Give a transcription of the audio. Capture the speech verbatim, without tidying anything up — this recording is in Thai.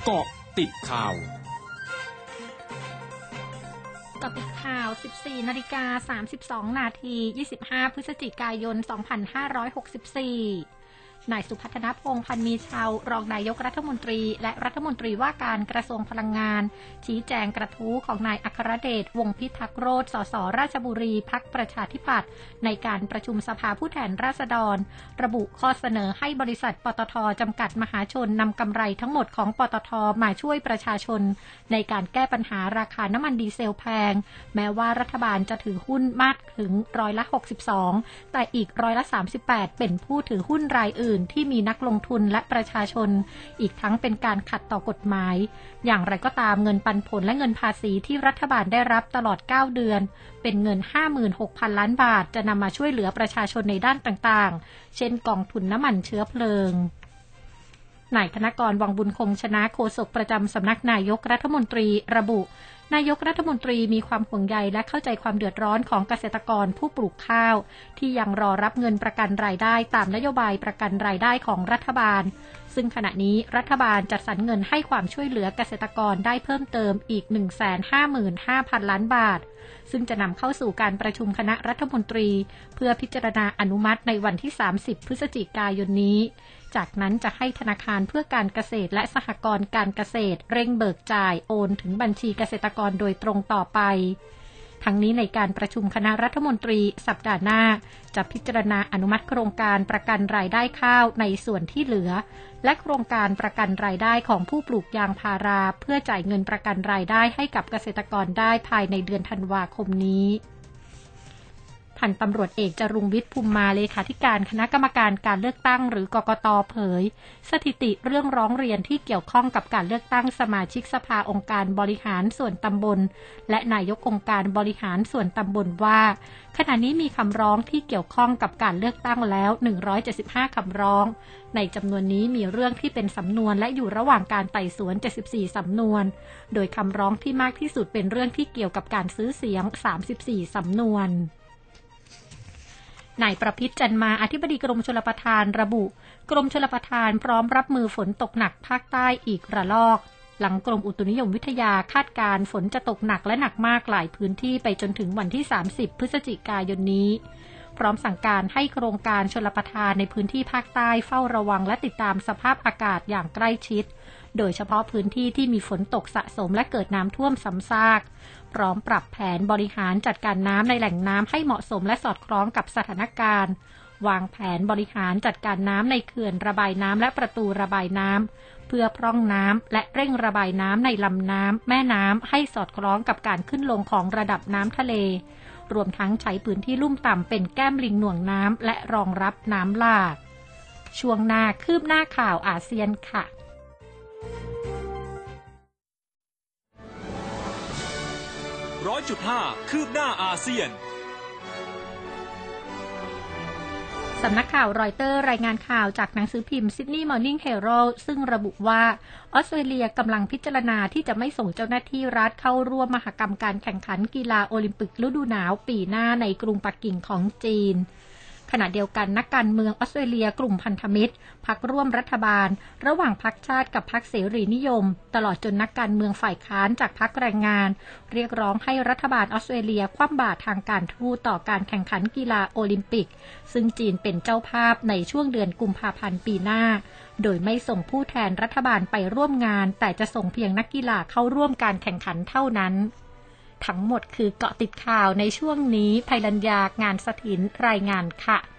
เกาะติดข่าวเกาะติดข่าว สิบสี่นาฬิกาสามสิบสองนาที ยี่สิบห้า พฤศจิกายน สองพันห้าร้อยหกสิบสี่นายสุพัฒนพงษ์พันมีชาวรองนายกรัฐมนตรีและรัฐมนตรีว่าการกระทรวงพลังงานชี้แจงกระทู้ของนายอัครเดชวงศ์พิทักษ์โรจน์สสราชบุรีพรรคประชาธิปัตย์ในการประชุมสภาผู้แทนราษฎรระบุข้อเสนอให้บริษัทปตท.จำกัดมหาชนนำกำไรทั้งหมดของปตท.มาช่วยประชาชนในการแก้ปัญหาราคาน้ำมันดีเซลแพงแม้ว่ารัฐบาลจะถือหุ้นมากถึงร้อยละหกสิบสองแต่อีกร้อยละสามสิบแปดเป็นผู้ถือหุ้นรายอื่นที่มีนักลงทุนและประชาชนอีกทั้งเป็นการขัดต่อกฎหมายอย่างไรก็ตามเงินปันผลและเงินภาษีที่รัฐบาลได้รับตลอดเก้าเดือนเป็นเงิน ห้าหมื่นหกพัน ล้านบาทจะนำมาช่วยเหลือประชาชนในด้านต่างๆเช่นกองทุนน้ำมันเชื้อเพลิงนายธนกร วังบุญคงชนะโฆษกประจำสำนักนายกรัฐมนตรีระบุนายกรัฐมนตรีมีความห่วงใยและเข้าใจความเดือดร้อนของเกษตรกรผู้ปลูกข้าวที่ยังรอรับเงินประกันรายได้ตามนโยบายประกันรายได้ของรัฐบาลซึ่งขณะนี้รัฐบาลจัดสรรเงินให้ความช่วยเหลือเกษตรกรได้เพิ่มเติมอีก หนึ่งแสนห้าหมื่นห้าพัน ล้านบาทซึ่งจะนำเข้าสู่การประชุมคณะรัฐมนตรีเพื่อพิจารณาอนุมัติในวันที่สามสิบพฤศจิกายนนี้จากนั้นจะให้ธนาคารเพื่อการเกษตรและสหกรณ์การเกษตรเร่งเบิกจ่ายโอนถึงบัญชีเกษตรกรโดยตรงต่อไปทั้งนี้ในการประชุมคณะรัฐมนตรีสัปดาห์หน้าจะพิจารณาอนุมัติโครงการประกันรายได้ข้าวในส่วนที่เหลือและโครงการประกันรายได้ของผู้ปลูกยางพาราเพื่อจ่ายเงินประกันรายได้ให้กับเกษตรกรได้ภายในเดือนธันวาคมนี้พันตำรวจเอกจรุงวิทย์ภูมิมาเลขาธิการคณะกรรมการการเลือกตั้งหรือกกต.เผยสถิติเรื่องร้องเรียนที่เกี่ยวข้องกับการเลือกตั้งสมาชิกสภาองค์การบริหารส่วนตำบลและนายกองค์การบริหารส่วนตำบลว่าขณะนี้มีคำร้องที่เกี่ยวข้องกับการเลือกตั้งแล้วหนึ่งร้อยเจ็ดสิบห้าคำร้องในจำนวนนี้มีเรื่องที่เป็นสำนวนและอยู่ระหว่างการไต่สวนเจ็ดสิบสี่สำนวนโดยคำร้องที่มากที่สุดเป็นเรื่องที่เกี่ยวกับการซื้อเสียงสามสิบสี่สำนวนนายประพิตรจันมาอธิบดีกรมชลประทานระบุกรมชลประทานพร้อมรับมือฝนตกหนักภาคใต้อีกระลอกหลังกรมอุตุนิยมวิทยาคาดการณ์ฝนจะตกหนักและหนักมากหลายพื้นที่ไปจนถึงวันที่สามสิบพฤศจิกายนนี้พร้อมสั่งการให้โครงการชลประทานในพื้นที่ภาคใต้เฝ้าระวังและติดตามสภาพอากาศอย่างใกล้ชิดโดยเฉพาะพื้นที่ที่มีฝนตกสะสมและเกิดน้ำท่วมซ้ำซากพร้อมปรับแผนบริหารจัดการน้ำในแหล่งน้ำให้เหมาะสมและสอดคล้องกับสถานการณ์วางแผนบริหารจัดการน้ำในเขื่อนระบายน้ำและประตูระบายน้ำเพื่อพร่องน้ำและเร่งระบายน้ำในลำน้ำแม่น้ำให้สอดคล้องกับการขึ้นลงของระดับน้ำทะเลรวมทั้งใช้พื้นที่ลุ่มต่ำเป็นแก้มลิงหน่วงน้ำและรองรับน้ำหลากช่วงหน้าคืบหน้าข่าวอาเซียนค่ะร้อยจุดห้าคืบหน้าอาเซียนสำนักข่าวรอยเตอร์รายงานข่าวจากหนังสือพิมพ์ Sydney Morning Herald ซึ่งระบุว่าออสเตรเลียกำลังพิจารณาที่จะไม่ส่งเจ้าหน้าที่รัฐเข้าร่วมมหกรรมการแข่งขันกีฬาโอลิมปิกฤดูหนาวปีหน้าในกรุงปักกิ่งของจีนขณะเดียวกันนักการเมืองออสเตรเลียกลุ่มพันธมิตรพรรคร่วมรัฐบาลระหว่างพรรคชาติกับพรรคเสรีนิยมตลอดจนนักการเมืองฝ่ายค้านจากพรรคแรงงานเรียกร้องให้รัฐบาลออสเตรเลียคว่ำบาตรทางการทูตต่อการแข่งขันกีฬาโอลิมปิกซึ่งจีนเป็นเจ้าภาพในช่วงเดือนกุมภาพันธ์ปีหน้าโดยไม่ส่งผู้แทนรัฐบาลไปร่วมงานแต่จะส่งเพียงนักกีฬาเข้าร่วมการแข่งขันเท่านั้นทั้งหมดคือเกาะติดข่าวในช่วงนี้ภัยรัญญางานสถินรายงานค่ะ